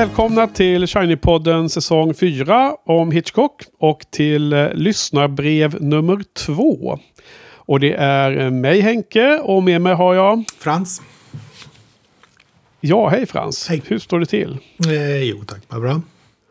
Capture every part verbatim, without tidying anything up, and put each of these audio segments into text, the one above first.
Välkomna till Shiny-podden säsong fyra om Hitchcock och till eh, lyssnarbrev nummer två. Och det är mig Henke och med mig har jag... Frans. Ja, hej Frans. Hej. Hur står det till? Eh, jo tack, vad bra.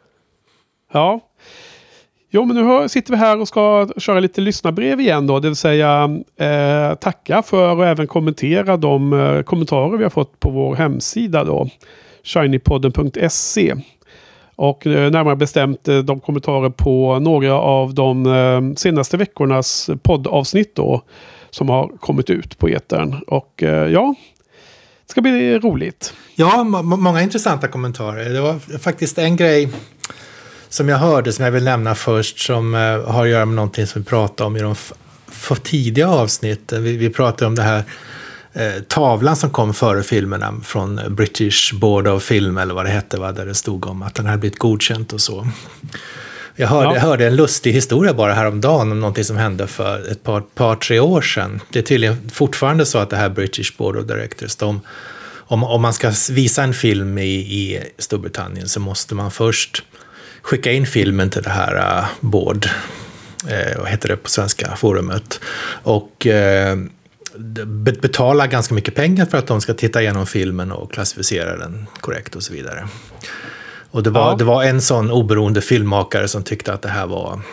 Ja. Jo, men nu hör, sitter vi här och ska köra lite lyssnarbrev igen då. Det vill säga eh, tacka för och även kommentera de eh, kommentarer vi har fått på vår hemsida då. shinypodden punkt se. Och eh, närmare bestämt eh, de kommentarer på några av de eh, senaste veckornas poddavsnitt då. Som har kommit ut på etern. Och eh, ja, det ska bli roligt. Ja, må- många intressanta kommentarer. Det var faktiskt en grej som jag hörde som jag vill nämna först. Som eh, har att göra med någonting som vi pratade om i de f- för tidiga avsnitten. Vi, vi pratade om det här eh, tavlan som kom före filmerna från British Board of Film eller vad det hette, va? Där det stod om att den hade blivit godkänt och så. Jag hörde, Ja. jag hörde en lustig historia bara häromdagen om någonting som hände för ett par, par tre år sedan. Det är tydligen fortfarande så att det här British Board of Directors, de, om, om man ska visa en film i, i Storbritannien så måste man först skicka in filmen till det här uh, board, eh, vad heter det på svenska forumet, och eh, betala ganska mycket pengar för att de ska titta igenom filmen och klassificera den korrekt och så vidare. Och det var, Ja. det var en sån oberoende filmmakare som tyckte att det här var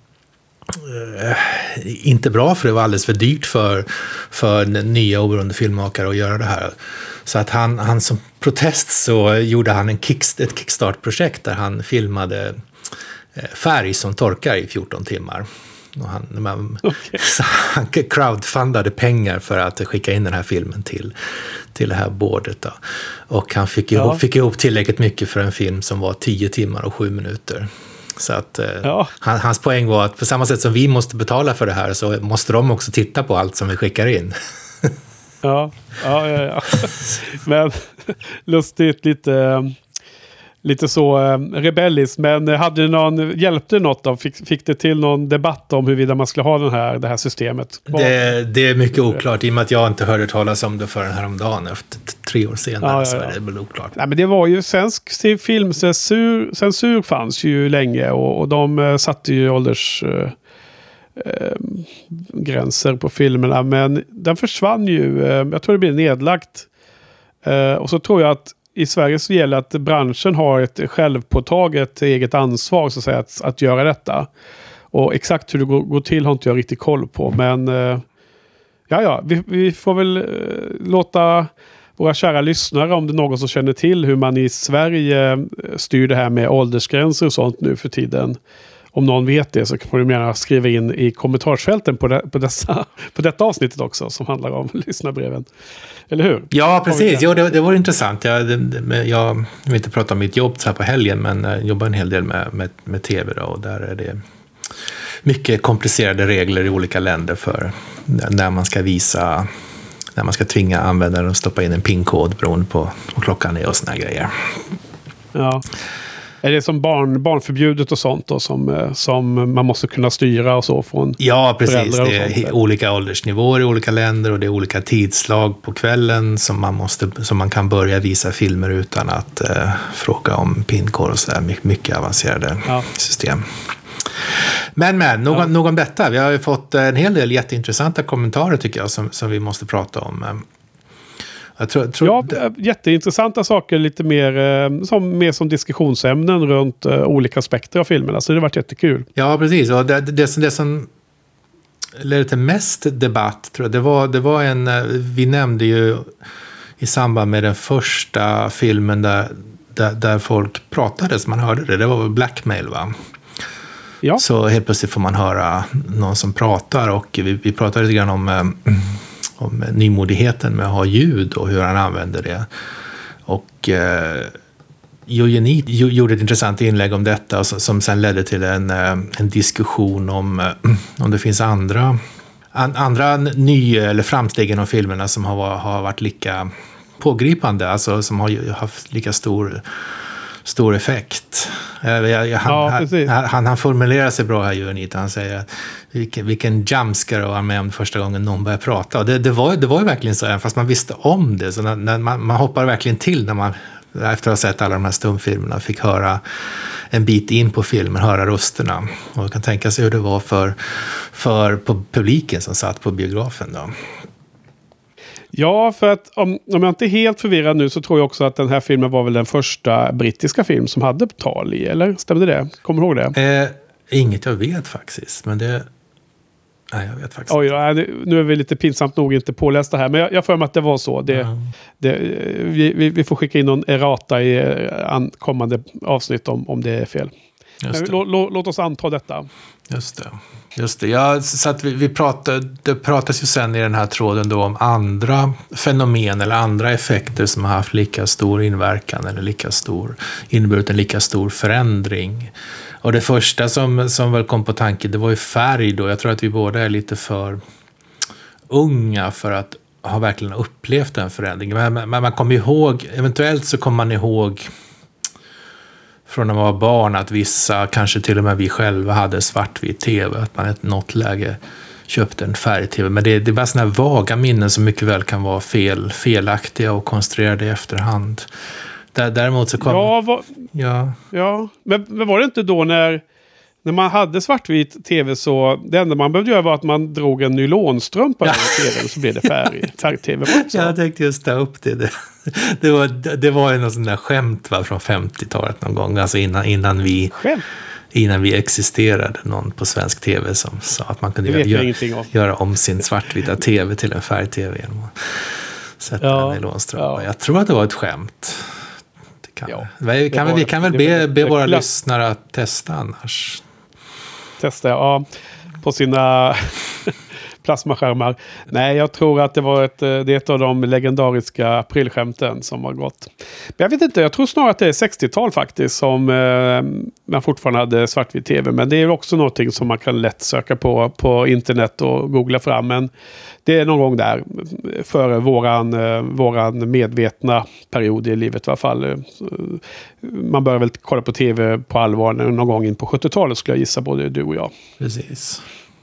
eh, inte bra, för det var alldeles för dyrt för, för nya oberoende filmmakare att göra det här. Så att han, han som protest så gjorde han en kick, ett kickstart-projekt där han filmade eh, färg som torkar i fjorton timmar. Och han, man, Okay. så han crowdfundade pengar för att skicka in den här filmen till, till det här bordet då. Och han fick ihop, Ja. fick ihop tillräckligt mycket för en film som var tio timmar och sju minuter. Så att eh, Ja. han, hans poäng var att på samma sätt som vi måste betala för det här så måste de också titta på allt som vi skickar in. Ja, ja, ja, ja. Men lustigt, lite, lite så eh, rebelliskt. Men hade det någon, hjälpte det något då? Fick, fick det till någon debatt om huruvida man skulle ha den här, det här systemet? Det, det är mycket oklart i och med att jag inte hörde talas om det förrän häromdagen efter t- tre år senare. Ja, ja, Så ja. är det väl oklart. Nej, men det var ju svensk filmcensur censur fanns ju länge och, och de eh, satte ju ålders... Eh, eh, gränser på filmerna, men den försvann ju, eh, jag tror det blir nedlagt, eh, och så tror jag att i Sverige så gäller att branschen har ett självpåtaget eget ansvar så att säga att, att göra detta, och exakt hur det går, går till har inte jag riktigt koll på, men eh, ja ja, vi, vi får väl eh, låta våra kära lyssnare, om det är någon som känner till hur man i Sverige styr det här med åldersgränser och sånt nu för tiden. Om någon vet det så får du gärna skriva in i kommentarsfälten på, det, på, dessa, på detta avsnittet också som handlar om lyssnarbreven. Eller hur? Ja, precis. Jo, det, det var intressant. Jag, det, det, jag vill inte prata om mitt jobb så här på helgen, men jag jobbar en hel del med, med, med tv då, och där är det mycket komplicerade regler i olika länder för när man ska visa, när man ska tvinga användaren att stoppa in en PIN-kod beroende på vad klockan är och såna grejer. Ja. Är det som barn, barnförbjudet och sånt då, som, som man måste kunna styra och så från Ja, precis. föräldrar och Det är sånt? he- olika åldersnivåer i olika länder och det är olika tidslag på kvällen som man, måste, som man kan börja visa filmer utan att eh, fråga om PIN-kod och sådär. My- mycket avancerade Ja. system. Men, men, någon, Ja. någon detta. Vi har ju fått en hel del jätteintressanta kommentarer tycker jag som, som vi måste prata om. Jag tror, tror Ja, jätteintressanta saker, lite mer, eh, som, mer som diskussionsämnen runt eh, olika aspekter av filmerna. Så det har varit jättekul. Ja, precis. Och det, det, som, det som ledde till mest debatt, tror jag, det var, det var en... Vi nämnde ju i samband med den första filmen där, där, där folk pratade, så man hörde det. Det var väl Blackmail, va? Ja. Så helt plötsligt får man höra någon som pratar, och vi, vi pratade lite grann om... Eh, om nymodigheten med att ha ljud och hur han använder det. Och eh, Eugenie gjorde ett intressant inlägg om detta som, som sen ledde till en, en diskussion om, om det finns andra, an, andra nya eller framsteg inom filmerna som har, har varit lika pågripande, alltså som har haft lika stor stor effekt. Jag, jag, han, ja, han, han, han formulerar sig bra här, Eugenie. Han säger att vilken, vilken jumpscare var med om första gången någon började prata. Och det, det, var, det var ju verkligen så, även fast man visste om det. Så när, när man, man hoppar verkligen till när man efter att ha sett alla de här stumfilmerna, fick höra en bit in på filmen, höra rösterna. Och man kan tänka sig hur det var för, för publiken som satt på biografen då. Ja, för att om, om jag inte är helt förvirrad nu så tror jag också att den här filmen var väl den första brittiska film som hade tal i, eller stämde det? Kommer du ihåg det? Eh, inget jag vet faktiskt, men det... Nej, jag vet faktiskt Oj, ja, det, nu är vi lite pinsamt nog inte pålästa här, men jag, jag får mig att det var så. Det, ja. det, vi, vi, vi får skicka in någon errata i an, kommande avsnitt om, om det är fel. Men lå, lå, låt oss anta detta. Just det. Just det. Ja, så att vi, vi pratade, det pratas ju sen i den här tråden då om andra fenomen eller andra effekter som har haft lika stor inverkan eller lika stor, inneburit en lika stor förändring. Och det första som, som väl kom på tanke, det var ju färg då. Jag tror att vi båda är lite för unga för att ha verkligen upplevt den förändringen. Men, men man kommer ihåg, eventuellt så kommer man ihåg från när man var barn att vissa, kanske till och med vi själva, hade svartvit tv. Att man i något läge köpte en färg-tv. Men det, det är bara sådana här vaga minnen som mycket väl kan vara fel, felaktiga och konstruerade i efterhand. Däremot så kom... Ja, var... ja. ja. Men, men var det inte då när, när man hade svartvit tv så det enda man behövde göra var att man drog en nylonstrumpa i tvn så blev det färg, färg-tv. Jag tänkte just ta upp det. Det, det, var, det var ju någon sån där skämt va, från femtiotalet någon gång. Alltså innan, innan vi... Skämt? Innan vi existerade, någon på svensk tv som sa att man kunde göra, göra, göra om sin svartvita tv till en färg-tv genom att sätta ja, en nylonstrumpa. Ja. Jag tror att det var ett skämt. Kan, ja, vi, kan, var, vi kan väl be, be våra klass. lyssnare att testa annars. Testa, ja. På sina plasmaskärmar. Nej, jag tror att det var ett, det är ett av de legendariska aprilskämten som har gått. Men jag vet inte, jag tror snarare att det är sextiotal faktiskt som eh, man fortfarande hade svartvit tv. Men det är också någonting som man kan lätt söka på på internet och googla fram. Men det är någon gång där före våran, eh, våran medvetna period i livet i alla fall. Man börjar väl kolla på tv på allvar någon gång in på sjuttiotalet skulle jag gissa, både du och jag. Precis.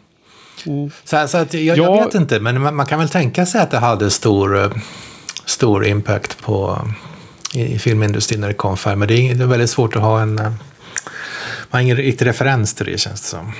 Mm. Så, så att jag, jag vet inte, men man, man kan väl tänka sig att det hade stor, stor impact på i, i filmindustrin när det kom färg. Men det är, det är väldigt svårt att ha en... Man har ingen riktig referens till det, känns det som.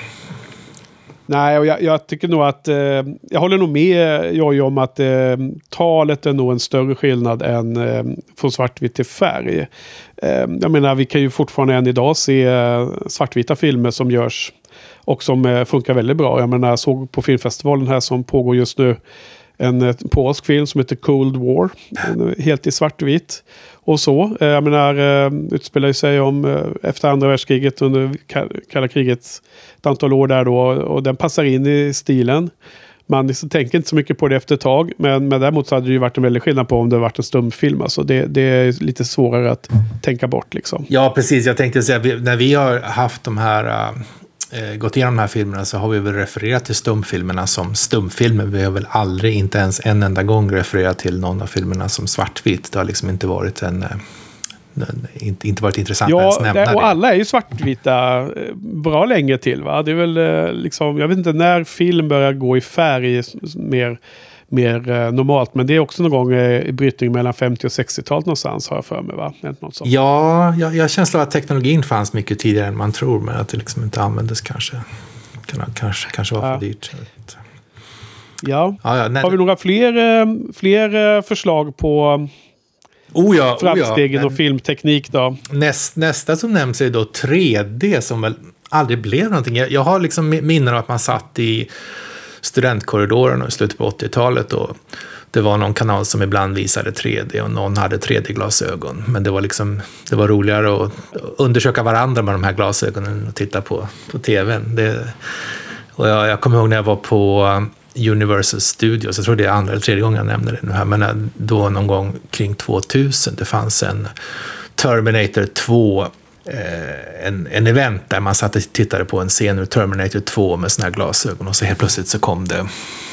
Nej, och jag, jag tycker nog att... Eh, jag håller nog med Jojje om att eh, talet är nog en större skillnad än eh, från svartvit till färg. Eh, jag menar, vi kan ju fortfarande än idag se eh, svartvita filmer som görs och som eh, funkar väldigt bra. Jag menar, jag såg på filmfestivalen här som pågår just nu en, en polsk film som heter Cold War. Helt i svartvit. Och så. Eh, jag menar, eh, utspelar ju sig om eh, efter andra världskriget under kalla krigets ett antal år där då. Och den passar in i stilen. Man liksom tänker inte så mycket på det efter ett tag. Men, men däremot så hade det ju varit en väldig skillnad på om det varit en stumfilm. Alltså det, det är lite svårare att tänka bort liksom. Ja, precis. Jag tänkte säga, vi, när vi har haft de här... Uh... gått igenom de här filmerna så har vi väl refererat till stumfilmerna som stumfilmer. Vi har väl aldrig, inte ens en enda gång refererat till någon av filmerna som svartvitt. Det har liksom inte varit en, en inte, inte varit intressant ja, att ens nämna det. Och alla är ju svartvita bra länge till va? Det är väl liksom, jag vet inte när film börjar gå i färg mer mer eh, normalt. Men det är också någon gång eh, i brytning mellan femtio- och sextiotalet någonstans har jag för mig, va? Något sånt. Ja, jag, jag känslar att teknologin fanns mycket tidigare än man tror, men att det liksom inte användes kanske. Kan, kanske, kanske var ja. för dyrt. Ja. Ja, ja, har vi några fler, eh, fler eh, förslag på oh ja, framstegen oh ja. och filmteknik då? Näst, nästa som nämns är då tre D som väl aldrig blev någonting. Jag, jag har liksom minnen av att man satt i studentkorridoren i slutet på åttiotalet och det var någon kanal som ibland visade tre D och någon hade tre D-glasögon. Men det var liksom, det var roligare att undersöka varandra med de här glasögonen och titta på, på tvn. Det, och jag, jag kommer ihåg när jag var på Universal Studios, jag tror det är andra eller tredje gången jag nämner det nu här, men då någon gång kring tvåtusen, det fanns en Terminator två, En, en event där man satt och tittade på en scen ur Terminator två med såna här glasögon och så helt plötsligt så kom det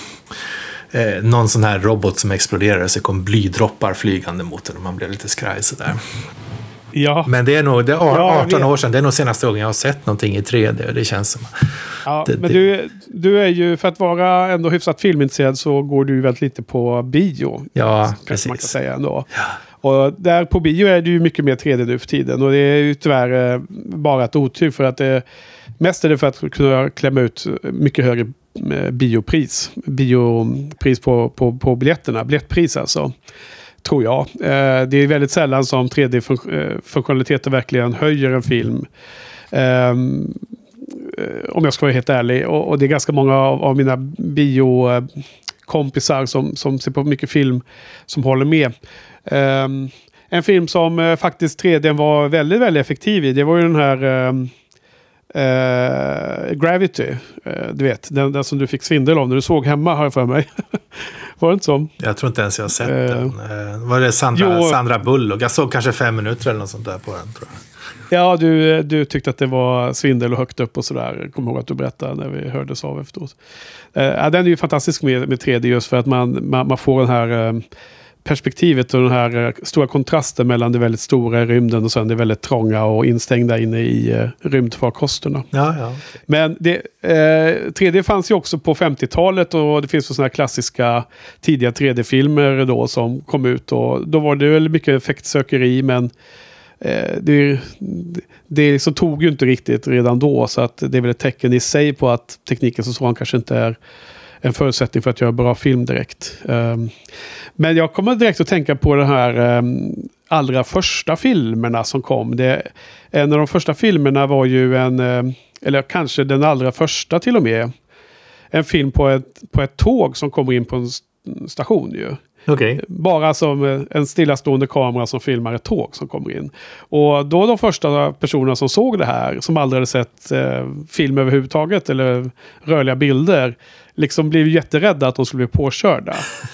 eh, någon sån här robot som exploderade, så kom blydroppar flygande mot den och man blev lite skraj sådär. Ja. Men det är nog det är arton år sedan, det är nog senaste gången jag har sett någonting i tre D och det känns som ja, det, men det, du, du är ju, för att vara ändå hyfsat filmintresserad så går du väldigt lite på bio. Ja, precis. Man kan säga ändå. Ja. Och där på bio är det ju mycket mer tre D nu för tiden. Och det är ju tyvärr eh, bara ett otur för att det mest är det för att kunna klämma ut mycket högre eh, biopris. Biopris på, på, på biljetterna. Biljettpris alltså. Tror jag. Eh, det är väldigt sällan som tre D-funktionaliteter verkligen höjer en film. Eh, om jag ska vara helt ärlig. Och, och det är ganska många av, av mina biokompisar som, som ser på mycket film som håller med. Um, en film som uh, faktiskt tre D var väldigt, väldigt effektiv i. Det var ju den här uh, uh, Gravity. Uh, du vet, den, den som du fick svindel om när du såg hemma, har jag för mig. Var det inte så? Jag tror inte ens jag har sett uh, den. Uh, var det Sandra, jo, Sandra Bullock? Jag såg kanske fem minuter eller något sånt där på den, tror jag. Ja, du, du tyckte att det var svindel och högt upp och sådär. Jag kommer ihåg att du berättade när vi hördes av efteråt. Uh, ja, den är ju fantastisk med, med tre D just för att man, man, man får den här uh, perspektivet och den här uh, stora kontrasten mellan det väldigt stora i rymden och sen det väldigt trånga och instängda inne i uh, rymdfarkosterna. Ja, ja, okay. Men det, uh, tre D fanns ju också på femtiotalet och det finns ju sådana här klassiska tidiga tre D-filmer då som kom ut och då var det väl mycket effektsökeri men Det, det så tog ju inte riktigt redan då så att det är väl ett tecken i sig på att tekniken som sådan kanske inte är en förutsättning för att göra bra film direkt. Um, men jag kommer direkt att tänka på de här um, allra första filmerna som kom. Det, en av de första filmerna var ju en, um, eller kanske den allra första till och med, en film på ett, på ett tåg som kommer in på en station ju. Okay. Bara som en stillastående kamera som filmar ett tåg som kommer in. Och då de första personerna som såg det här, som aldrig hade sett eh, film överhuvudtaget eller rörliga bilder, liksom blev jätterädda att de skulle bli påkörda.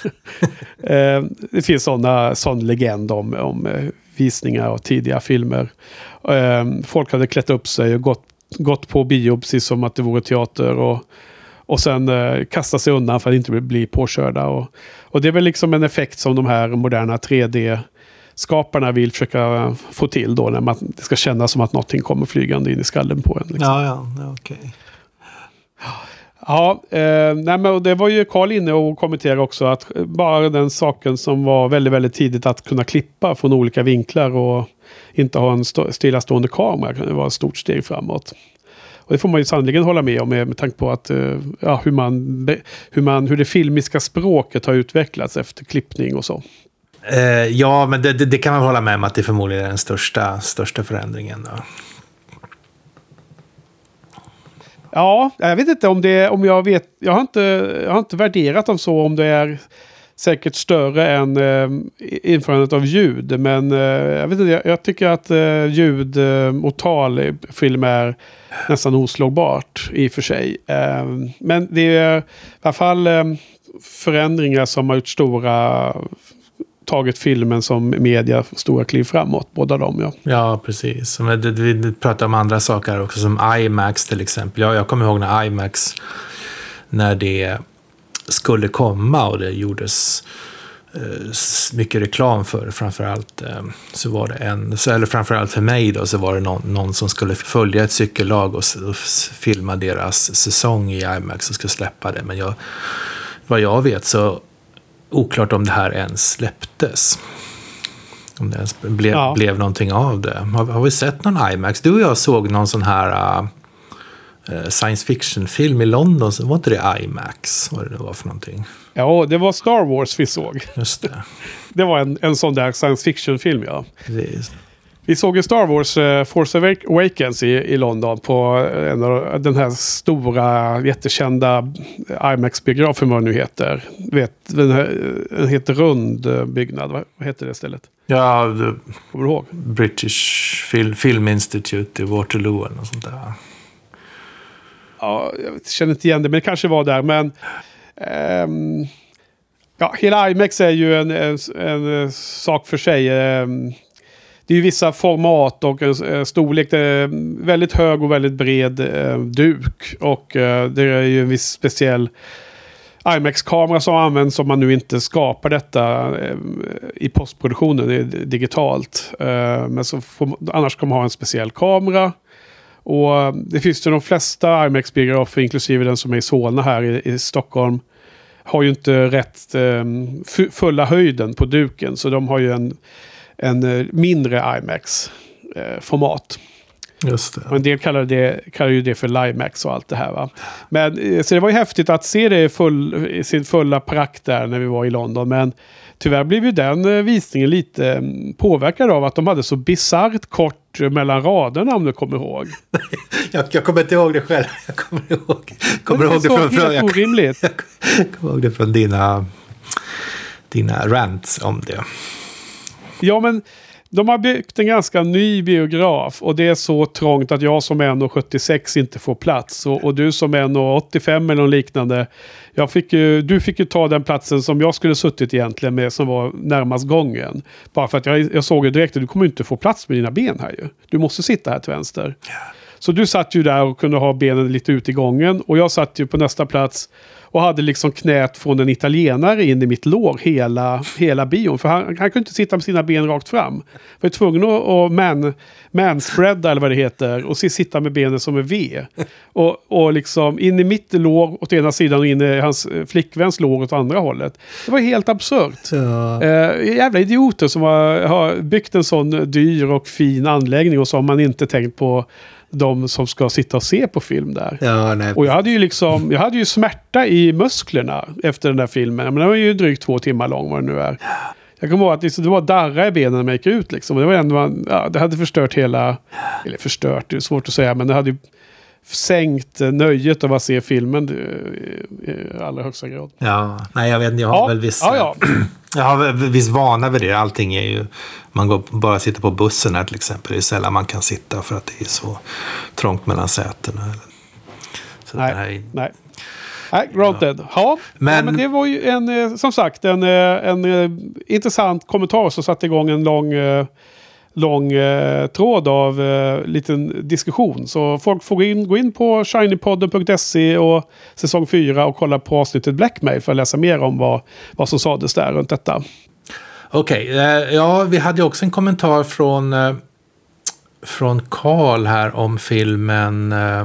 eh, det finns sådana sån legend om, om visningar av tidiga filmer. Eh, folk hade klätt upp sig och gått, gått på bio precis som att det vore teater och Och sen eh, kasta sig undan för att inte bli, bli påkörda. Och, och det är väl liksom en effekt som de här moderna tre D-skaparna vill försöka få till då. När man, det ska kännas som att någonting kommer flygande in i skallen på en. Liksom. Ja, ja, okej. Okay. Ja, eh, nej, men det var ju Carl inne och kommenterade också att bara den saken som var väldigt, väldigt tidigt att kunna klippa från olika vinklar och inte ha en st- stillastående kamera kan det vara ett stort steg framåt. Och det får man ju sannoliken hålla med om med, med tanke på att, uh, ja, hur, man, hur, man, hur det filmiska språket har utvecklats efter klippning och så. Uh, ja, men det, det, det kan man hålla med om att det förmodligen är den största, största förändringen då. Ja, jag vet inte om det, om jag vet, jag har inte, jag har inte värderat dem så om det är säkert större än eh, införandet av ljud. Men eh, jag vet inte, jag, jag tycker att eh, ljud eh, och tal i film är nästan oslagbart i och för sig. Eh, men det är i alla fall eh, förändringar som har gjort stora, tagit filmen som media stora kliv framåt, båda dem. Ja, ja precis. Vi pratar om andra saker också, som IMAX till exempel. Ja, jag kommer ihåg när IMAX, när det skulle komma och det gjordes eh, mycket reklam för, framförallt eh, så var det en, så, eller framförallt för mig då, så var det någon, någon som skulle följa ett cykellag och, och filma deras säsong i IMAX och skulle släppa det, men jag, vad jag vet så oklart om det här ens släpptes, om det ens blev, ja. blev någonting av det. Har, har vi sett någon IMAX? Du och jag såg någon sån här uh, science fiction-film i London, så var inte det IMAX, vad det var för någonting? Ja, det var Star Wars vi såg. Just det. Det var en, en sån där science fiction-film, ja. Precis. Vi såg ju Star Wars uh, Force Awakens i, i London på en av den här stora, jättekända IMAX-biografen, vad det nu heter. Vet, den, här, den heter Rund byggnad, vad, vad heter det stället? Ja, the kommer du ihåg? British Film, Film Institute i Waterloo eller något sånt där. Ja, jag känner inte igen det, men det kanske var där. Men um, ja, hela IMAX är ju en, en, en sak för sig. Um, det är ju vissa format och en storlek. Det är väldigt hög och väldigt bred uh, duk. Och uh, det är ju en viss speciell IMAX-kamera som används om man nu inte skapar detta uh, i postproduktionen digitalt. Uh, men så får, annars kommer man ha en speciell kamera. Och det finns ju de flesta IMAX-biografer, inklusive den som är i Solna här i, i Stockholm, har ju inte rätt um, fulla höjden på duken. Så de har ju en en mindre IMAX-format. Just det. Och en del kallar, det, kallar ju det för LiMAX och allt det här, va. Men, så det var ju häftigt att se det i, full, i sin fulla prakt där när vi var i London. Men tyvärr blev ju den visningen lite påverkad av att de hade så bizarrt kort mellan raderna, om du kommer ihåg. jag, jag kommer inte ihåg det själv. Jag kommer ihåg, kommer ihåg det, det från, från, jag, orimligt. Jag, jag kommer ihåg det från dina, dina rants om det. Ja, men de har byggt en ganska ny biograf och det är så trångt att jag som är en komma sjuttiosex inte får plats. Och, och du som är en komma åttiofem eller något liknande. Jag fick ju, du fick ju ta den platsen som jag skulle suttit egentligen med, som var närmast gången. Bara för att jag, jag såg ju direkt att du kommer inte få plats med dina ben här ju. Du måste sitta här till vänster. Så du satt ju där och kunde ha benen lite ut i gången. Och jag satt ju på nästa plats och hade liksom knät från en italienare in i mitt lår hela, hela bion. För han, han kunde inte sitta med sina ben rakt fram. Jag var tvungen att, att man, manspreada eller vad det heter. Och sitta med benen som en V. Och, och liksom in i mitt lår åt ena sidan och in i hans flickväns lår åt andra hållet. Det var helt absurt. Ja. Eh, jävla idioter som har, har byggt en sån dyr och fin anläggning och så har man inte tänkt på de som ska sitta och se på film där. Ja, nej. Och jag hade ju liksom, jag hade ju smärta i musklerna efter den där filmen. Men den var ju drygt två timmar lång vad det nu är. Jag kommer ihåg att det var darra i benen när man gick ut liksom. Och det var ändå man, ja, det hade förstört hela, eller förstört, det är svårt att säga, men det hade ju sänkt nöjet av att se filmen i allra högsta grad. Ja, nej jag vet inte, jag har ja, väl viss ja, ja. jag har viss vana vid det. Allting är ju, man går bara sitter på bussen här till exempel, det är sällan man kan sitta för att det är så trångt mellan sätena. Så nej, det här är... nej. Nej, granted. Ja. Ja, men... Ja, men det var ju en, som sagt, en, en, en intressant kommentar som satte igång en lång lång eh, tråd av eh, liten diskussion. Så folk får gå in, gå in på shinypodden punkt se och säsong fyra och kolla på avsnittet Blackmail för att läsa mer om vad, vad som sades där runt detta. Okej, okay, eh, ja vi hade också en kommentar från eh, från Carl här om filmen eh,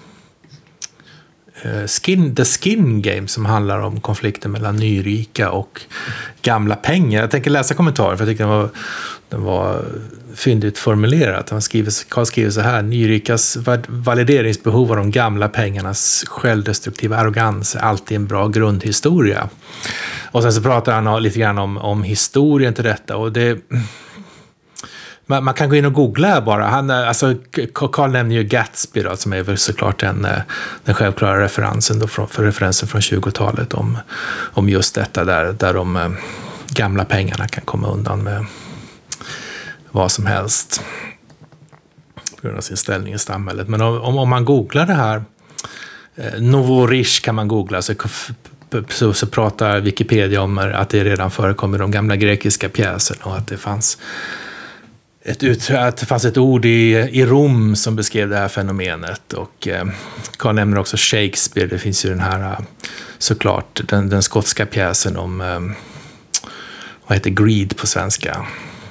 Skin, The Skin Game som handlar om konflikten mellan nyrika och gamla pengar. Jag tänker läsa kommentaren för jag tycker den var, den var fyndigt formulerat. Han skriver, Carl skriver så här: nyrikas valideringsbehov av de gamla pengarnas självdestruktiva arrogans är alltid en bra grundhistoria. Och sen så pratar han lite grann om, om historien till detta och det... Man, man kan gå in och googla bara. Han, alltså, Carl nämner ju Gatsby då, som är väl såklart den, den självklara referensen då för, för referensen från tjugotalet om, om just detta där, där de gamla pengarna kan komma undan med vad som helst på grund av sin ställning i samhället. Men om, om man googlar det här eh, Novorish kan man googla så, så, så pratar Wikipedia om att det redan förekommer de gamla grekiska pjäserna och att det fanns Ett ut, att det fanns ett ord i, i Rom som beskrev det här fenomenet och eh, Carl nämner också Shakespeare. Det finns ju den här såklart den, den skotska pjäsen om eh, vad heter greed på svenska?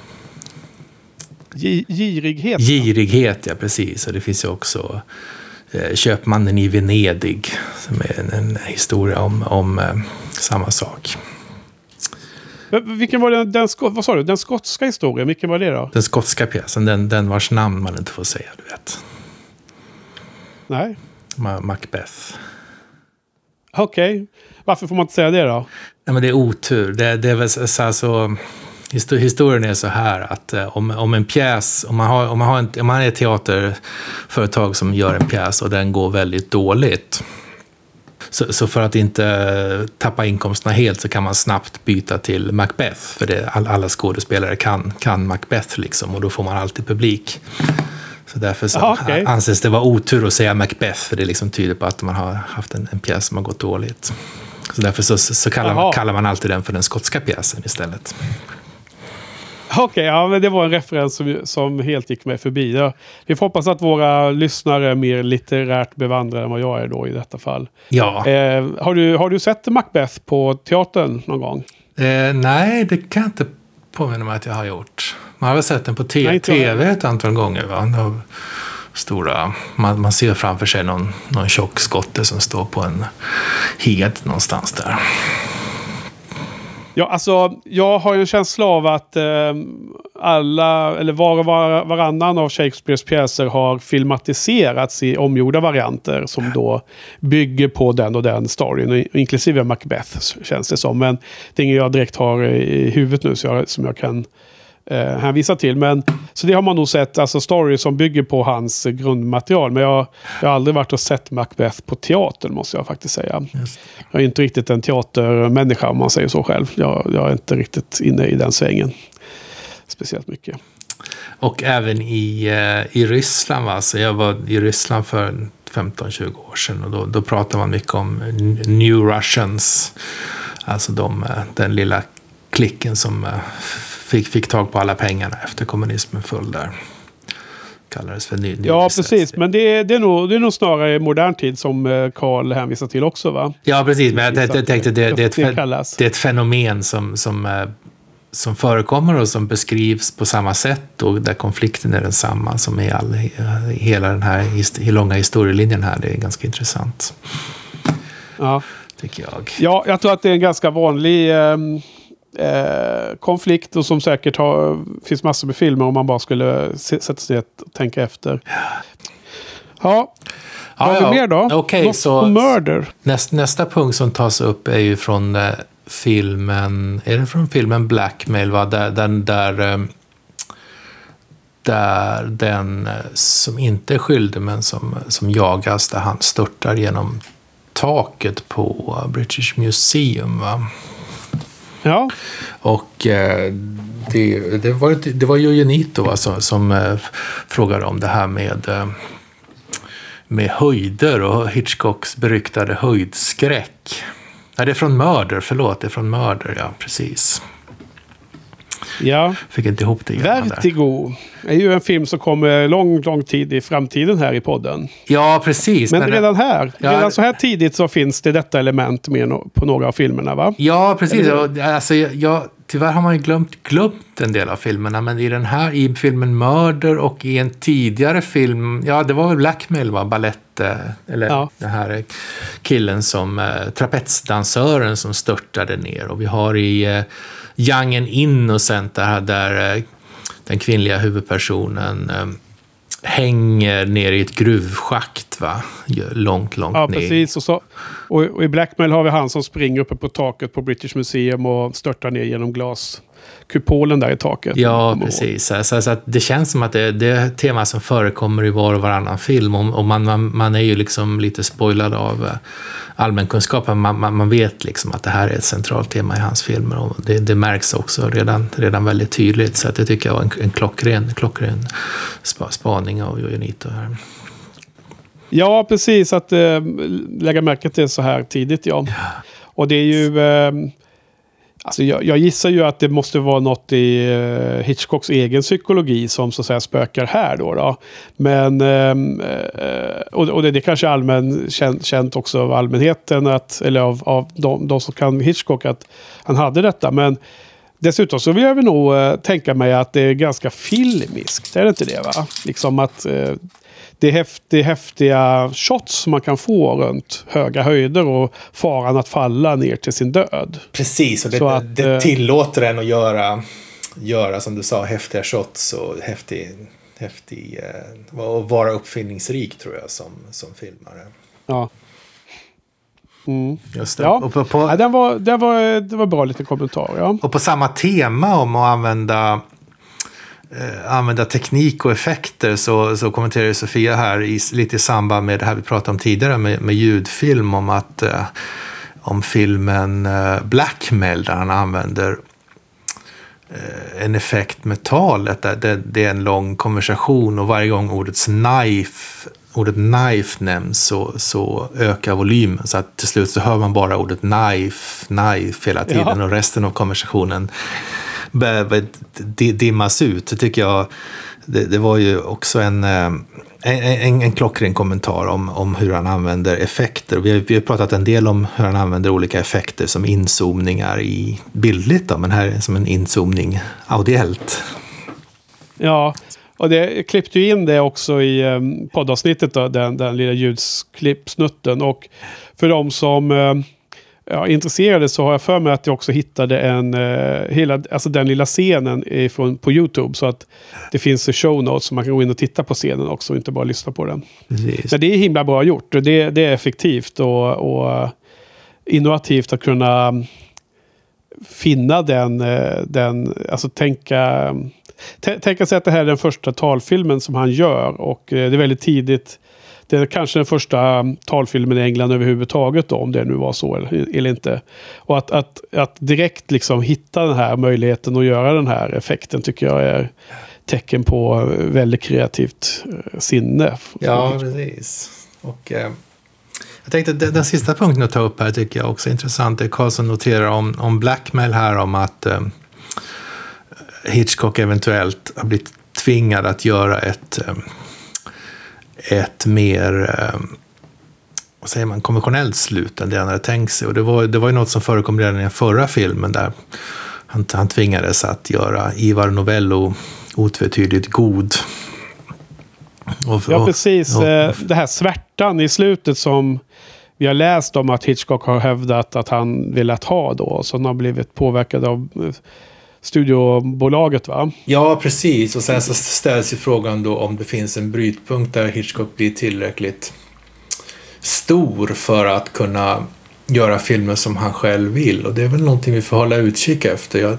G- girighet. Girighet, ja precis. Och det finns ju också eh, Köpmannen i Venedig som är en, en historia om, om eh, samma sak. Vilken var den, den, vad sa du? Den skotska historien, vilken var det då? Den skotska pjäsen, den, den vars namn man inte får säga, du vet. Nej. Macbeth. Okej. Okay. Varför får man inte säga det då? Ja, men det är otur. Det, det är väl så här så... Historien är så här att om, om en pjäs, om man har, om man har en, om man är ett teaterföretag som gör en pjäs och den går väldigt dåligt. Så, så för att inte tappa inkomsterna helt så kan man snabbt byta till Macbeth. För det, all, alla skådespelare kan, kan Macbeth liksom och då får man alltid publik. Så därför så Aha, okay. anses det vara otur att säga Macbeth för det liksom tyder på att man har haft en, en pjäs som har gått dåligt. Så därför så, så kallar, man, kallar man alltid den för den skotska pjäsen istället. Okej, okay, ja, men det var en referens som, som helt gick mig förbi. Ja, vi får hoppas att våra lyssnare är mer litterärt bevandrade än vad jag är då i detta fall. Ja. Eh, har, du, har du sett Macbeth på teatern någon gång? Eh, nej, det kan jag inte påminna mig att jag har gjort. Man har väl sett den på te- nej, tv ett antal gånger, va? De stora, man, man ser framför sig någon, någon tjock skotte som står på en hed någonstans där. Ja, alltså, jag har ju en känsla av att, eh, alla, eller var och var, varannan av Shakespeares pjäser har filmatiserats i omgjorda varianter som då bygger på den och den storyn, inklusive Macbeth känns det som. Men det är inget jag direkt har i huvudet nu så jag, som jag kan eh, hänvisa till. Men, så det har man nog sett, alltså story som bygger på hans grundmaterial. Men jag, jag har aldrig varit och sett Macbeth på teatern måste jag faktiskt säga. Jag är inte riktigt en teatermänniska om man säger så själv. Jag, jag är inte riktigt inne i den svängen speciellt mycket. Och även i, i Ryssland, va? Så jag var i Ryssland för femton tjugo år sedan och då, då pratade man mycket om New Russians, alltså de, den lilla klicken som fick, fick tag på alla pengarna efter kommunismen föll där. Kallades för ny, ny ja, precis. Men det är, det, är nog, det är nog snarare modern tid som Carl hänvisar till också, va? Ja, precis. Men jag, jag tänkte det, det, är ett, det, det är ett fenomen som, som, som förekommer och som beskrivs på samma sätt och där konflikten är densamma som i all, hela den här his, långa historielinjen här. Det är ganska intressant. Ja. Tycker jag. Ja, jag tror att det är en ganska vanlig eh, eh, konflikt och som säkert har, finns massor med filmer om man bara skulle sätta sig och tänka efter. Ja, vad har ja, vi mer då? Okej, okay, så murder. Näst, nästa punkt som tas upp är ju från eh, filmen, är det från filmen Blackmail, va? Där, den, där, eh, där den eh, som inte är skyldig men som, som jagas, där han störtar genom taket på British Museum, va? Ja. Och eh, det, det, var, det var ju Genito, va, som, som eh, frågade om det här med, eh, med höjder och Hitchcocks beryktade höjdskräck. Nej, det är från Murder, förlåt, det är från Murder, ja, precis. Ja. Fick inte ihop det. Vertigo är ju en film som kommer lång, lång tid i framtiden här i podden. Ja, precis. Men, men redan här, ja, redan så här tidigt så finns det detta element med no- på några av filmerna, va? Ja, precis. Alltså, jag, tyvärr har man ju glömt, glömt en del av filmerna, men i den här, i filmen Murder och i en tidigare film, ja, det var väl Blackmail, va? Ballett, eller ja. Den här killen som, eh, trapetsdansören som störtade ner. Och vi har i eh, Young and Innocent där, där eh, den kvinnliga huvudpersonen eh, hänger ner i ett gruvschakt, va? Långt, långt ja, ner. Ja, precis. Och, så, och, och i Blackmail har vi han som springer uppe på taket på British Museum och störtar ner genom glaskupolen där i taket. Ja, precis. Så, så, så att det känns som att det, det är ett tema som förekommer i var och varannan film. Och, och man, man, man är ju liksom lite spoilad av allmänkunskapen. Man, man, man vet liksom att det här är ett centralt tema i hans filmer. Och det, det märks också redan, redan väldigt tydligt. Så att det tycker jag var en, en klockren, klockren spaning av Genito här. Ja, precis. Att äh, lägga märke till så här tidigt, ja. ja. Och det är ju... Äh, alltså jag, jag gissar ju att det måste vara något i äh, Hitchcocks egen psykologi som så att säga spökar här då. då. Men... Äh, och och det, det är kanske allmän, känt, känt också av allmänheten, att, eller av, av de, de som kan Hitchcock, att han hade detta. Men... Dessutom så vill jag väl nog äh, tänka mig att det är ganska filmiskt. Är det inte det, va? Liksom att äh, det är häftiga, häftiga shots som man kan få runt höga höjder och faran att falla ner till sin död. Precis, och det, att, det tillåter en att göra, göra, som du sa, häftiga shots och häftig, häftig äh, och vara uppfinningsrik, tror jag, som, som filmare. Ja. Mm. Just det. Ja. Och på, på, ja, den var, den var, det var bra lite kommentar, ja. Och på samma tema om att använda, eh, använda teknik och effekter så, så kommenterar Sofia här i, lite i samband med det här vi pratade om tidigare med, med ljudfilm, om att eh, om filmen eh, Blackmail där han använder eh, en effekt med talet. Där det, det är en lång konversation och varje gång ordet knife ordet knife nämns så, så ökar volymen, så att till slut så hör man bara ordet knife, knife hela tiden, ja. Och resten av konversationen b- b- dimmas ut. Det tycker jag, det, det var ju också en, en, en, en klockren kommentar om, om hur han använder effekter. Vi har, vi har pratat en del om hur han använder olika effekter som inzoomningar i bildligt då, men här är som en inzoomning audiellt. Ja, och det klippte ju in det också i um, poddavsnittet då, den, den lilla ljudsklippsnutten. Och för de som uh, ja, intresserade så har jag för mig att jag också hittade en eh, hela, alltså den lilla scenen ifrån, på YouTube, så att det finns show notes så man kan gå in och titta på scenen också och inte bara lyssna på den. Så det är himla bra gjort och det, det är effektivt och, och innovativt att kunna finna den, den alltså tänka t- tänka sig att det här är den första talfilmen som han gör och det är väldigt tidigt. Det är kanske den första talfilmen i England överhuvudtaget då, om det nu var så eller, eller inte. Och att, att, att direkt liksom hitta den här möjligheten att göra den här effekten tycker jag är tecken på väldigt kreativt sinne. Ja, precis. Och eh, jag tänkte den, den sista punkten att ta upp här tycker jag också är intressant. Det Karlsson noterar om, om Blackmail här, om att eh, Hitchcock eventuellt har blivit tvingad att göra ett eh, ett mer eh, vad säger man, konventionellt slut än det han hade tänkt sig. Och det var, det var ju något som förekom redan i den förra filmen där han, han tvingades att göra Ivar Novello otvetydigt god. Och, ja, precis. Och, och, det här svärtan i slutet som vi har läst om att Hitchcock har hävdat att han velat ha då, som har blivit påverkad av studiobolaget, va? Ja, precis. Och sen så ställs ju frågan då om det finns en brytpunkt där Hitchcock blir tillräckligt stor för att kunna göra filmer som han själv vill. Och det är väl någonting vi får hålla utkik efter. Jag,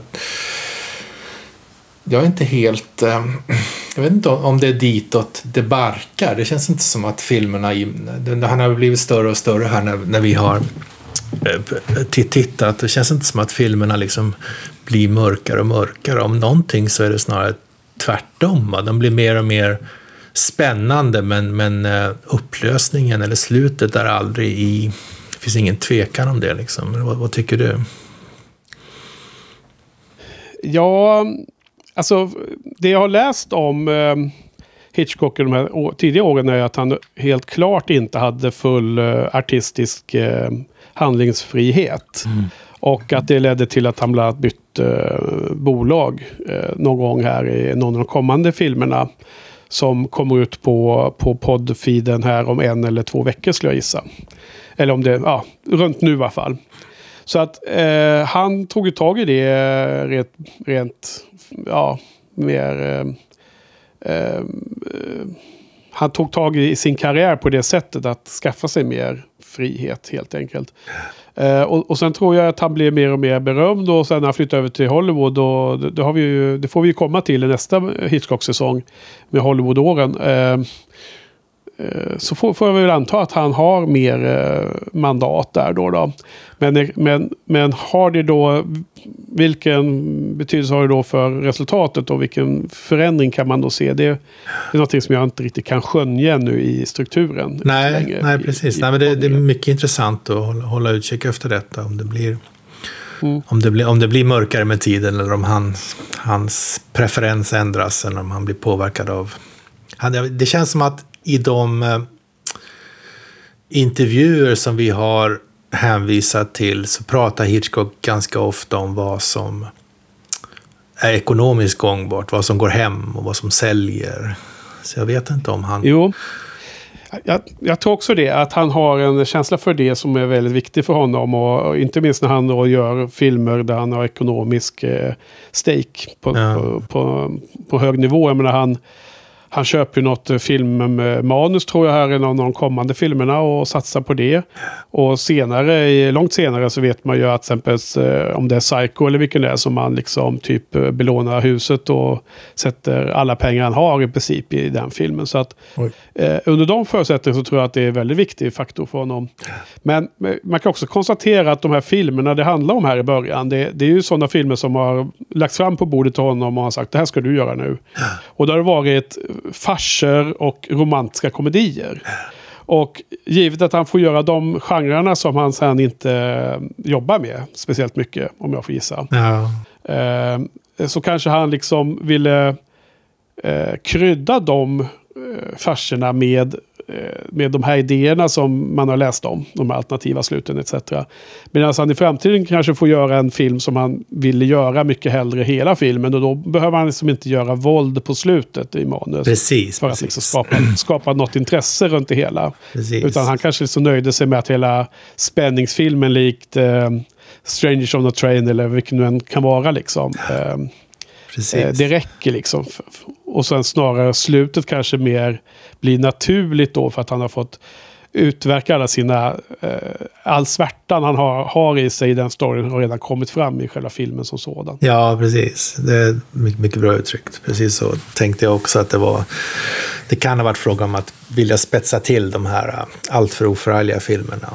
jag är inte helt... Jag vet inte om det är ditåt det barkar. Det känns inte som att filmerna... Han har blivit större och större här när, när vi har tittat. Det känns inte som att filmerna liksom blir mörkare och mörkare. Om någonting så är det snarare tvärtom. De blir mer och mer spännande, men, men upplösningen eller slutet är aldrig i... Det finns ingen tvekan om det liksom. Vad, vad tycker du? Ja, alltså det jag har läst om eh, Hitchcock i de här å- tidiga åren är att han helt klart inte hade full eh, artistisk eh, handlingsfrihet. Mm. Och att det ledde till att han bland annat bytte eh, bolag eh, någon gång här i någon av de kommande filmerna som kommer ut på, på poddfeeden här om en eller två veckor skulle jag gissa. Eller om det, ja, runt nu i alla fall. Så att eh, han tog ju tag i det rent, rent ja, mer... Eh, eh, han tog tag i sin karriär på det sättet att skaffa sig mer frihet helt enkelt. Eh, och, och sen tror jag att han blev mer och mer berömd och sen när han flyttade över till Hollywood och det, det, har vi ju, det får vi ju komma till i nästa Hitchcock-säsong med Hollywood-åren. Eh, så får, får jag väl anta att han har mer eh, mandat där då. då. Men, men, men har det då, vilken betydelse har det då för resultatet och vilken förändring kan man då se? Det, det är något som jag inte riktigt kan skönja nu i strukturen. Nej, nej precis. I, i nej, men det, det är mycket intressant att hålla, hålla utkik efter detta. Om det blir... Mm. Om, det blir, om det blir mörkare med tiden eller om han, hans preferens ändras eller om han blir påverkad av... Han, det känns som att i de eh, intervjuer som vi har hänvisat till så pratar Hitchcock ganska ofta om vad som är ekonomiskt gångbart, vad som går hem och vad som säljer. Så jag vet inte om han... Jo, jag, jag tror också det, att han har en känsla för det som är väldigt viktigt för honom och, och inte minst när han då gör filmer där han har ekonomisk eh, stake på, ja. på, på, på hög nivå. Jag menar, han Han köper ju något filmmanus tror jag här i någon av de kommande filmerna och satsar på det. Och senare, långt senare så vet man ju att exempel om det är Psycho eller vilken det är som man liksom typ belånar huset och sätter alla pengar han har i princip i den filmen. Så att eh, under de förutsättningarna så tror jag att det är en väldigt viktig faktor för honom. Men man kan också konstatera att de här filmerna det handlar om här i början, det, det är ju sådana filmer som har lagts fram på bordet till honom och har sagt det här ska du göra nu. Och det har varit farser och romantiska komedier. Och givet att han får göra de genrerna som han sen inte jobbar med speciellt mycket, om jag får gissa. Ja. Eh, så kanske han liksom ville eh, krydda de eh, farserna med med de här idéerna som man har läst om, de alternativa sluten et cetera. Medan han i framtiden kanske får göra en film som han ville göra mycket hellre hela filmen, och då behöver han liksom inte göra våld på slutet i manus. Precis, för precis. att liksom skapa, skapa något intresse runt det hela. Precis. Utan han kanske så nöjde sig med att hela spänningsfilmen likt eh, Strangers on a Train eller vilken den kan vara liksom. Eh, Precis. Det räcker liksom. Och sen snarare slutet kanske mer blir naturligt då, för att han har fått utverka alla sina eh, all svärtan han har, har i sig i den storyn har redan kommit fram i själva filmen som sådan. Ja, precis. Det är mycket, mycket bra uttryckt. Precis så tänkte jag också att det var. Det kan ha varit fråga om att vilja spetsa till de här allt för oförargliga filmerna.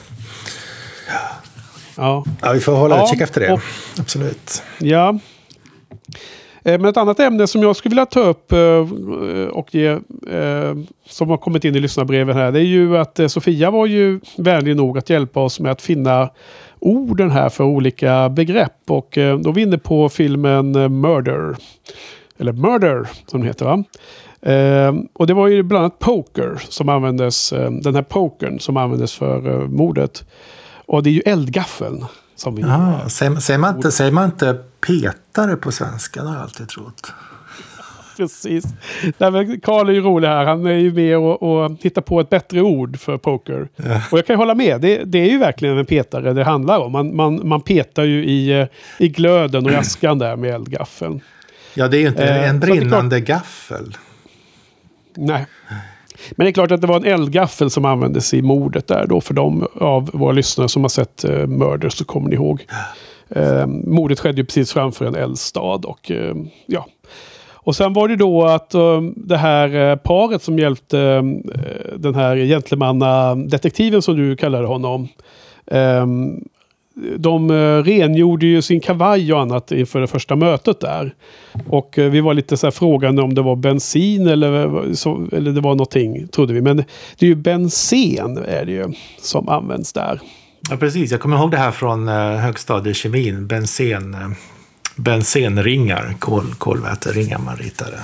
Ja. Ja, vi får hålla ja, utkik efter det. Och, absolut. Ja. Men ett annat ämne som jag skulle vilja ta upp och ge, som har kommit in i lyssnarbreven här, det är ju att Sofia var ju vänlig nog att hjälpa oss med att finna orden här för olika begrepp. Och då är vi inne på filmen Murder. Eller Murder som den heter, va? Och det var ju bland annat poker som användes, den här pokern som användes för mordet. Och det är ju eldgaffeln. Som vi ja, säger, säger, man inte, säger man inte petare på svenska? Det har jag alltid trott. Precis. Karl är ju rolig här. Han är ju med och, och hittar på ett bättre ord för poker. Ja. Och jag kan ju hålla med. Det, det är ju verkligen en petare det handlar om. Man, man, man petar ju i, i glöden och i askan där med eldgaffeln. Ja, det är ju inte eh, en brinnande klart... gaffel. Nej. Men det är klart att det var en eldgaffel som användes i mordet där då, för de av våra lyssnare som har sett uh, Murder, så kommer ni ihåg. Uh, mordet skedde ju precis framför en eldstad och uh, ja. Och sen var det då att uh, det här uh, paret som hjälpte uh, den här gentlemannadetektiven som du kallade honom. Uh, de uh, rengjorde ju sin kavaj och annat inför det första mötet där. Och uh, vi var lite så här frågande om det var bensin eller, så, eller det var någonting, trodde vi. Men det är ju bensen är det ju som används där. Ja, precis. Jag kommer ihåg det här från uh, högstadiekemin. Bensen, uh, bensenringar, kol, kolväteringar man ritade.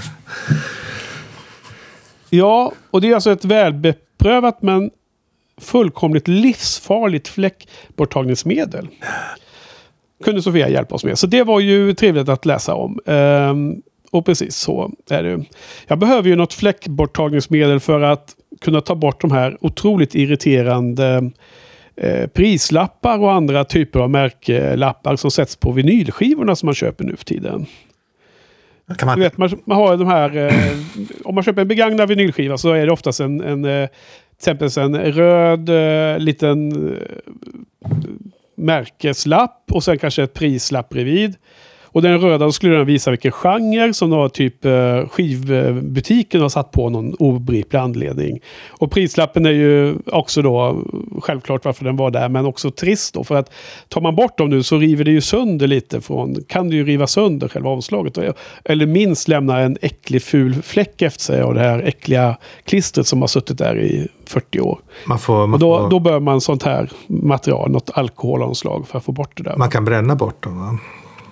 Ja, och det är alltså ett välbeprövat men fullkomligt livsfarligt fläckborttagningsmedel. Kunde Sofia hjälpa oss med. Så det var ju trevligt att läsa om. Ehm, och precis så är det. Jag behöver ju något fläckborttagningsmedel för att kunna ta bort de här otroligt irriterande eh, prislappar och andra typer av märklappar som sätts på vinylskivorna som man köper nu för tiden. Kan man... Du vet, man, man har de här eh, om man köper en begagnad vinylskiva så är det oftast en, en eh, till exempel en röd eh, liten eh, märkeslapp och sen kanske ett prislapp bredvid. Och den röda skulle den visa vilken genre som då typ eh, skivbutiken har satt på någon obegriplig anledning. Och prislappen är ju också då självklart varför den var där, men också trist då, för att tar man bort dem nu så river det ju sönder lite från, kan det ju riva sönder själva omslaget eller minst lämna en äcklig ful fläck efter sig av det här äckliga klistret som har suttit där i fyrtio år. Man får, man och då, får... då bör man sånt här material, något alkoholomslag för att få bort det där. Man kan bränna bort dem, va?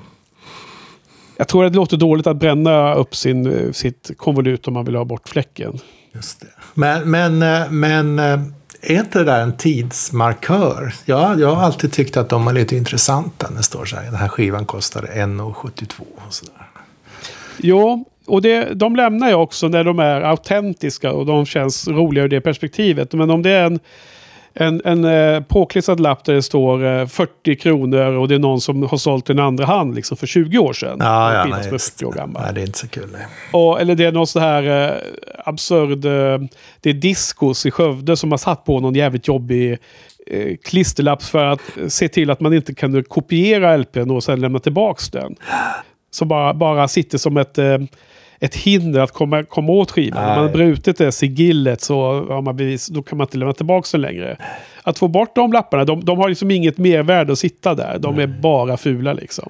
Jag tror att det låter dåligt att bränna upp sin, sitt konvolut om man vill ha bort fläcken. Just det. Men, men, men är inte det där en tidsmarkör? Ja, jag har alltid tyckt att de är lite intressanta när det står så här. Den här skivan kostade en krona sjuttiotvå och sådär. Jo, och det, de lämnar jag också när de är autentiska och de känns roliga ur det perspektivet. Men om det är en En, en eh, påklistrad lapp där det står eh, fyrtio kronor och det är någon som har sålt en andra hand liksom för tjugo år sedan. Ja, ja, nej, för fyrtio år gammal. Nej, det är inte så kul. Nej. Och, eller det är någon sån här eh, absurd, eh, det är Discos i Skövde som har satt på någon jävligt jobbig eh, klisterlapp för att se till att man inte kan kopiera L P:n och sen lämna tillbaks den. Så bara, bara sitter som ett... Eh, ett hinder att komma, komma åt skivan. Om man har brutit det sigillet så har man bevis, då kan man inte lämna tillbaka den längre. Att få bort de lapparna, de, de har liksom inget mervärde att sitta där. De är bara fula liksom.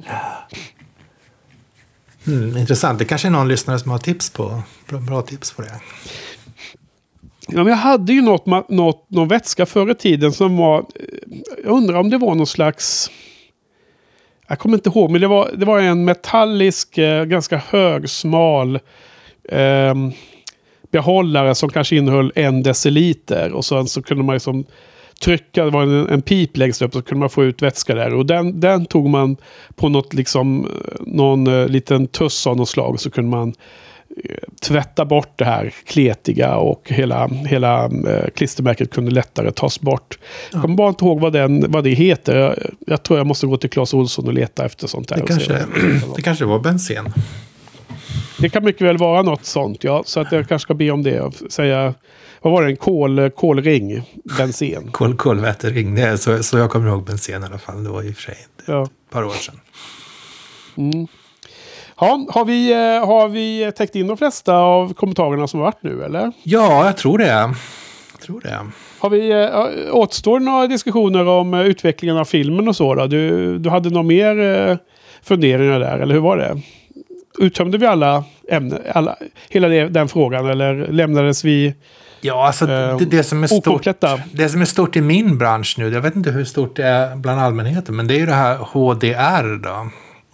Mm, intressant. Det kanske är någon lyssnare som har tips på, bra, bra tips på det. Ja, men jag hade ju något, något, någon vätska förr i tiden som var, jag undrar om det var någon slags... Jag kommer inte ihåg, men det var, det var en metallisk, eh, ganska hög, smal eh, behållare som kanske innehöll en deciliter. Och sen så kunde man liksom trycka, det var en, en pip längst upp, så kunde man få ut vätska där. Och den, den tog man på något liksom, någon uh, liten tuss av något slag, så kunde man uh, tvätta bort det här kletiga, och hela, hela uh, klistermärket kunde lättare tas bort. Ja. Jag kommer bara inte ihåg vad, den, vad det heter. Jag, jag tror jag måste gå till Clas Ohlson och leta efter sånt där. Det kanske, det kanske var bensen. Det kan mycket väl vara något sånt, ja. Så att jag kanske ska be om det och säga, vad var det, en kol, kolring, bensen. Kol, kolvätering, det är så, så jag kommer ihåg bensen i alla fall. Det var ju för sig ja. ett par år sedan. Mm. Ja, har vi, har vi täckt in de flesta av kommentarerna som har varit nu, eller? Ja, jag tror det. Jag tror det. Har vi, återstår några diskussioner om utvecklingen av filmen och så då? Du, du hade några mer funderingar där, eller hur var det? Uttömde vi alla ämnen, alla, hela det, den frågan, eller lämnades vi ja, alltså eh, det, det, som är stort, okompletta? Det som är stort i min bransch nu, jag vet inte hur stort det är bland allmänheten, men det är ju det här H D R då.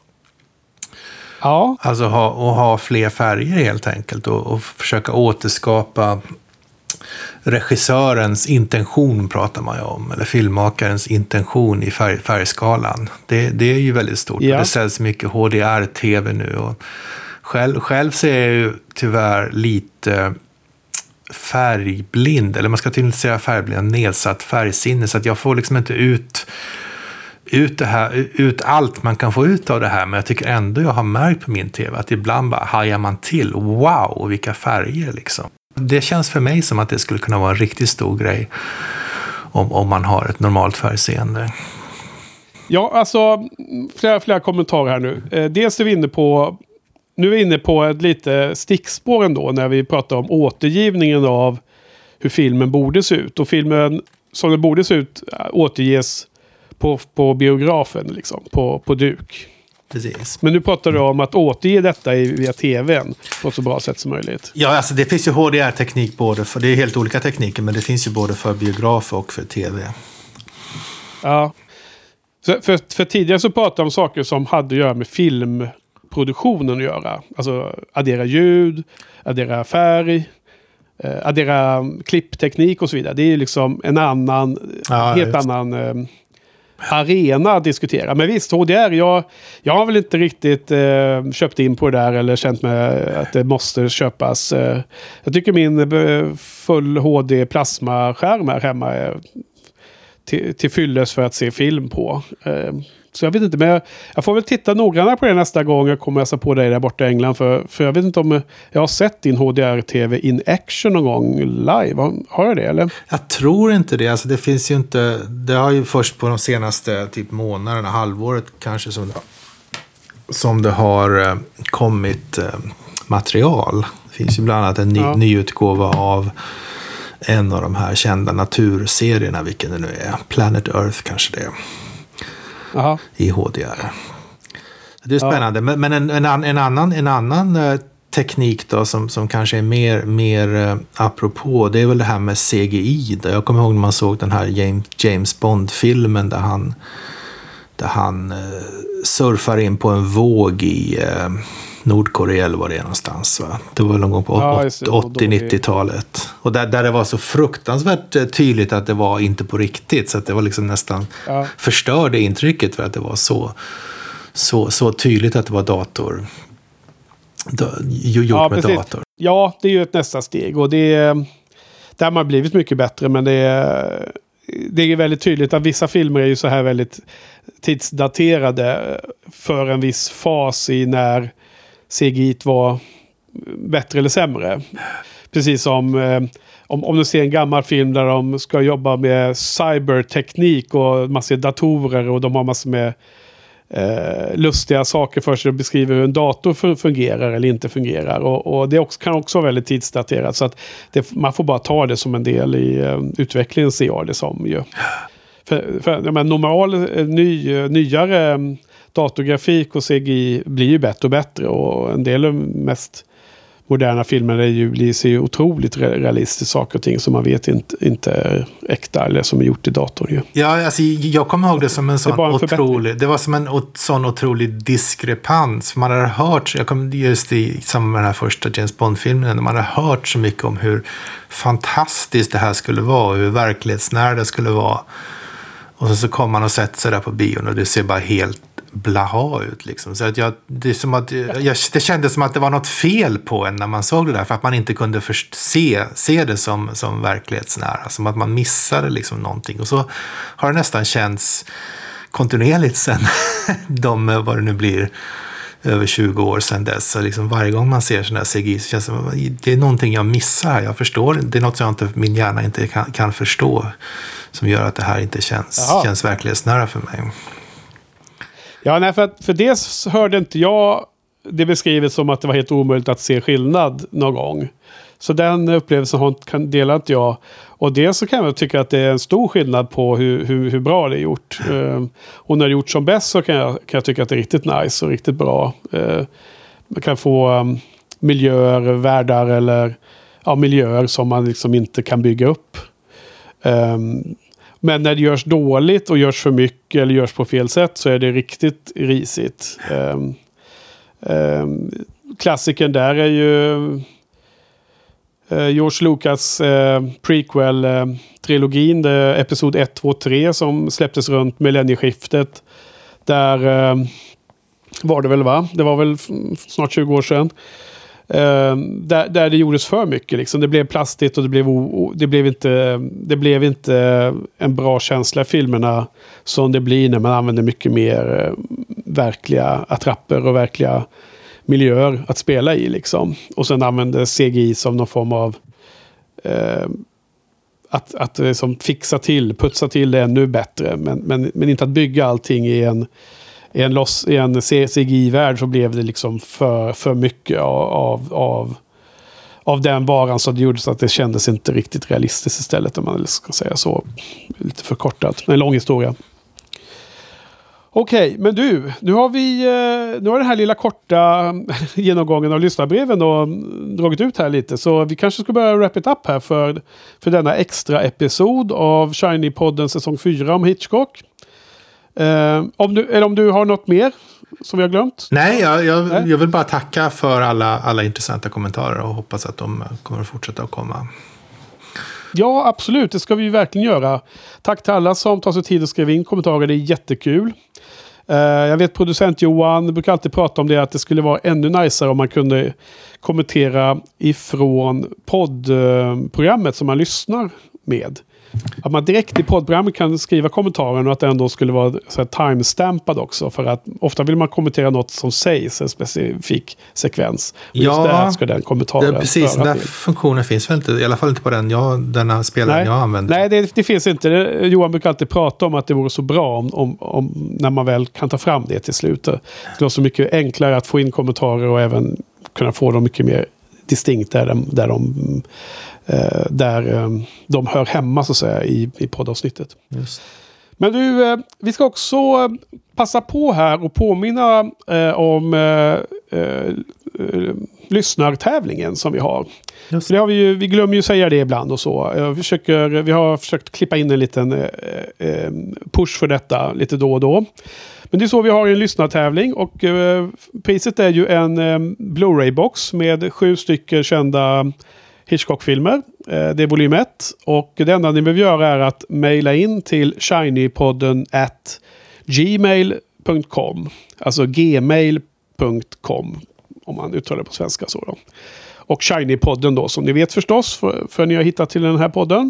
Ja. Alltså ha, och ha fler färger helt enkelt, och, och försöka återskapa regissörens intention, pratar man ju om, eller filmmakarens intention i färg, färgskalan. Det, det är ju väldigt stort. Ja. Det säljs mycket H D R-tv nu, och själv, själv så är jag ju tyvärr lite färgblind, eller man ska till och med säga färgblind, nedsatt färgsinne, så att jag får liksom inte ut ut, det här, ut allt man kan få ut av det här, men jag tycker ändå jag har märkt på min tv att ibland bara hajar man till, wow, vilka färger liksom. Det känns för mig som att det skulle kunna vara en riktigt stor grej om, om man har ett normalt färgseende. Ja, alltså flera, flera kommentarer här nu. Eh, dels är vi inne på, nu är vi inne på ett lite stickspår ändå när vi pratar om återgivningen av hur filmen borde se ut. Och filmen som den borde se ut återges på, på biografen, liksom, på, på duk. Precis. Men nu pratar du om att återge detta via tvn på ett så bra sätt som möjligt. Ja, alltså det finns ju H D R-teknik både för, det är helt olika tekniker, men det finns ju både för biograf och för tv. Ja. För, för, för tidigare så pratade jag om saker som hade att göra med filmproduktionen att göra. Alltså addera ljud, addera färg, eh, addera klippteknik och så vidare. Det är ju liksom en annan, ja, helt annan eh, arena att diskutera. Men visst, H D R, jag, jag har väl inte riktigt eh, köpt in på det där eller känt mig att det måste köpas. Eh, jag tycker min eh, full H D plasmaskärm här hemma är till, till fylles för att se film på. Eh, så jag vet inte, men jag, jag får väl titta noggrannare på det nästa gång jag kommer att på dig där borta i England. För, för jag vet inte om jag har sett din H D R-tv in action någon gång live. Har, har jag det, eller? Jag tror inte det. Alltså det finns ju inte, det har ju först på de senaste typ månaderna, halvåret kanske, som det, som det har eh, kommit eh, material. Det finns ju bland annat en ny, ja. nyutgåva av en av de här kända naturserierna, vilken det nu är. Planet Earth kanske det är. Aha. I H D R. Det är spännande. Ja. Men, men en, en, en annan, en annan eh, teknik då som, som kanske är mer, mer eh, apropå, det är väl det här med C G I. Där jag kommer ihåg när man såg den här James, James Bond-filmen där han, där han eh, surfar in på en våg i eh, Nordkorea eller var det är någonstans. Va? Det var väl någon gång på ja, åttio-nittiotalet. Och där, där det var så fruktansvärt tydligt att det var inte på riktigt. Så att det var liksom nästan ja. förstörde intrycket för att det var så, så, så tydligt att det var dator. Da, gjort ja, med precis. dator. Ja, det är ju ett nästa steg. Och det, det har blivit mycket bättre, men det är, det är väldigt tydligt att vissa filmer är ju så här väldigt tidsdaterade för en viss fas i när C G I var bättre eller sämre. Precis som eh, om, om du ser en gammal film där de ska jobba med cyberteknik och massor datorer och de har massor med eh, lustiga saker för sig och beskriver hur en dator fungerar eller inte fungerar. Och, och det också, kan också vara väldigt tidsdaterat, så att det, man får bara ta det som en del i eh, utvecklingen, ser jag det som ju. För, för jag menar, normal, ny, nyare datorgrafik och C G I blir ju bättre och bättre, och en del är mest moderna filmer är ju, blir sig ju otroligt realistiskt saker och ting som man vet inte, inte är äkta eller som är gjort i datorn ju. Ja, alltså, jag kommer ihåg det som en sån det en otrolig, det var som en sån otrolig diskrepans. Man hade hört, jag kom just i samband med den här första James Bond-filmen, man hade hört så mycket om hur fantastiskt det här skulle vara, hur verklighetsnära det skulle vara. Och så, så kom man och sett sig där på bion och det ser bara helt blaha ut liksom. Så att jag, det, är som att, jag, det kändes som att det var något fel på en när man såg det där, för att man inte kunde först se, se det som, som verklighetsnära, som att man missade liksom någonting. Och så har det nästan känts kontinuerligt sen de, vad det nu blir, över tjugo år sedan dess. Så liksom varje gång man ser sån här C G I så känns det som att det är någonting jag missar. Jag förstår, det är något som jag inte, min hjärna inte kan, kan förstå, som gör att det här inte känns, känns verklighetsnära för mig. Ja, nej, för, att, för det hörde inte jag det beskrivet som att det var helt omöjligt att se skillnad någon gång. Så den upplevelsen kan, delar inte jag. Och det så kan jag tycka att det är en stor skillnad på hur, hur, hur bra det är gjort. Uh, och när det är gjort som bäst så kan jag, kan jag tycka att det är riktigt nice och riktigt bra. Uh, man kan få um, miljöer, världar eller ja, miljöer som man liksom inte kan bygga upp. Um, Men när det görs dåligt och görs för mycket eller görs på fel sätt så är det riktigt risigt. Um, um, klassikern där är ju uh, George Lucas uh, prequel-trilogin, uh, episod ett, två, tre som släpptes runt millennieskiftet. Där uh, var det väl va? Det var väl f- snart tjugo år sedan. Uh, där, där det gjordes för mycket liksom. Det blev plastigt och det blev, o, det, blev inte, det blev inte en bra känsla i filmerna som det blir när man använder mycket mer uh, verkliga attrapper och verkliga miljöer att spela i liksom. Och sen använder C G I som någon form av uh, att, att liksom fixa till, putsa till det ännu bättre, men, men, men inte att bygga allting i en I en, loss, i en C G I-värld så blev det liksom för, för mycket av, av, av den varan, så det gjorde så att det kändes inte riktigt realistiskt istället, om man ska säga så. Lite förkortat, men en lång historia. Okej, men du, nu har vi nu har den här lilla korta genomgången av lyssnarbreven och dragit ut här lite, så vi kanske ska börja wrap it up här för, för denna extra episod av Shiny-podden säsong fyra om Hitchcock. Uh, om du, eller om du har något mer som vi har glömt? Nej, jag, jag, Nej. jag vill bara tacka för alla, alla intressanta kommentarer och hoppas att de kommer att fortsätta att komma. Ja, absolut. Det ska vi verkligen göra. Tack till alla som tar sig tid att skriva in kommentarer. Det är jättekul. Uh, jag vet producent Johan brukar alltid prata om det, att det skulle vara ännu najsare om man kunde kommentera ifrån poddprogrammet som man lyssnar med. Att man direkt i poddprogrammet kan skriva kommentaren och att den då skulle vara så här timestampad också, för att ofta vill man kommentera något som sägs, en specifik sekvens. Och just ja, där ska den kommentaren det, precis, den funktionen finns väl inte, i alla fall inte på den jag, denna spelaren Nej. jag använder. Nej, det, det finns inte. Det, Johan brukar alltid prata om att det vore så bra om, om, om när man väl kan ta fram det till slut. Det skulle vara så mycket enklare att få in kommentarer och även kunna få dem mycket mer distinkt där de, där de Uh, där uh, de hör hemma så att säga i, i poddavsnittet. Just. Men du, uh, vi ska också uh, passa på här och påminna uh, om uh, uh, uh, lyssnartävlingen som vi har. Just. Det har vi, ju, vi glömmer ju säga det ibland och så. Uh, vi, försöker, vi har försökt klippa in en liten uh, uh, push för detta lite då och då. Men det är så vi har en lyssnartävling, och uh, priset är ju en um, Blu-ray-box med sju stycken kända Hitchcock-filmer. Det är volym ett. Och det enda ni behöver göra är att mejla in till shinypodden at gmail punkt com. Alltså gmail punkt com om man uttalar det på svenska så då. Och Shinypodden då, som ni vet förstås, för, för ni har hittat till den här podden.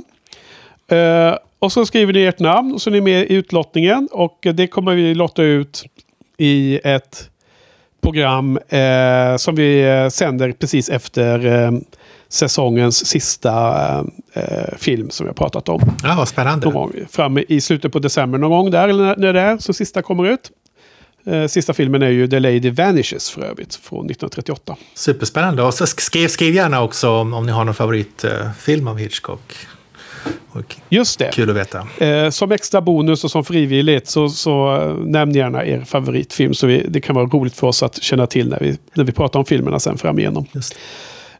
Uh, och så skriver ni ert namn och så är ni med i utlottningen, och det kommer vi lotta ut i ett program uh, som vi sänder precis efter uh, säsongens sista uh, film som jag pratat om. Ja, vad spännande. Någon gång, framme i slutet på december någon gång där, eller när, när det är så sista kommer ut. Uh, sista filmen är ju The Lady Vanishes för övrigt från nittonhundratrettioåtta. Superspännande. Och så skriv, skriv gärna också om, om ni har någon favoritfilm uh, av Hitchcock. Och just det. Kul att veta. Uh, som extra bonus och som frivilligt så, så uh, nämn gärna er favoritfilm, så vi, det kan vara roligt för oss att känna till när vi, när vi pratar om filmerna sen fram igenom. Just.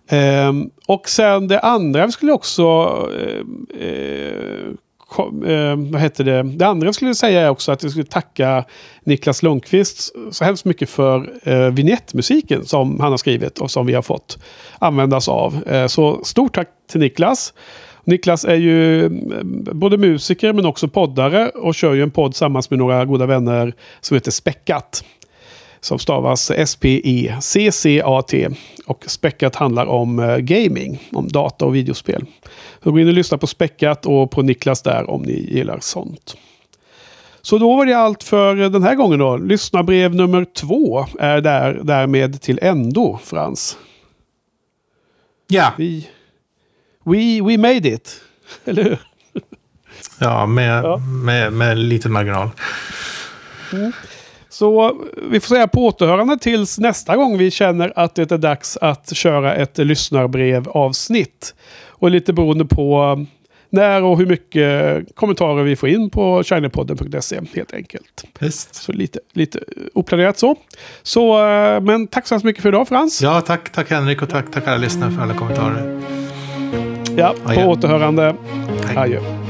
Um, och sen det andra vi skulle också uh, uh, kom, uh, vad heter det? Det andra jag skulle säga är också att jag skulle tacka Niklas Lundqvist så hemskt mycket för uh, vignettmusiken som han har skrivit och som vi har fått användas av. Uh, så stort tack till Niklas. Niklas är ju både musiker men också poddare och kör ju en podd tillsammans med några goda vänner som heter Späckat. Som stavas S P E C C A T. Och Späckat handlar om uh, gaming, om data och videospel. Så gå in och lyssna på Späckat och på Niklas där om ni gillar sånt. Så då var det allt för den här gången då. Lyssnarbrev nummer två är där, därmed till ändå, Frans. Ja. Vi, we, we made it. Eller hur? Ja, med, ja. med, med lite marginal. Mm. Så vi får säga på återhörande tills nästa gång vi känner att det är dags att köra ett lyssnarbrevavsnitt. Och lite beroende på när och hur mycket kommentarer vi får in på shinypodden punkt se helt enkelt. Just. Så lite, lite oplanerat så. så. Men tack så mycket för idag, Frans. Ja, tack, tack Henrik och tack, tack alla lyssnare för alla kommentarer. Ja, på Adjö. återhörande. Hej. Adjö.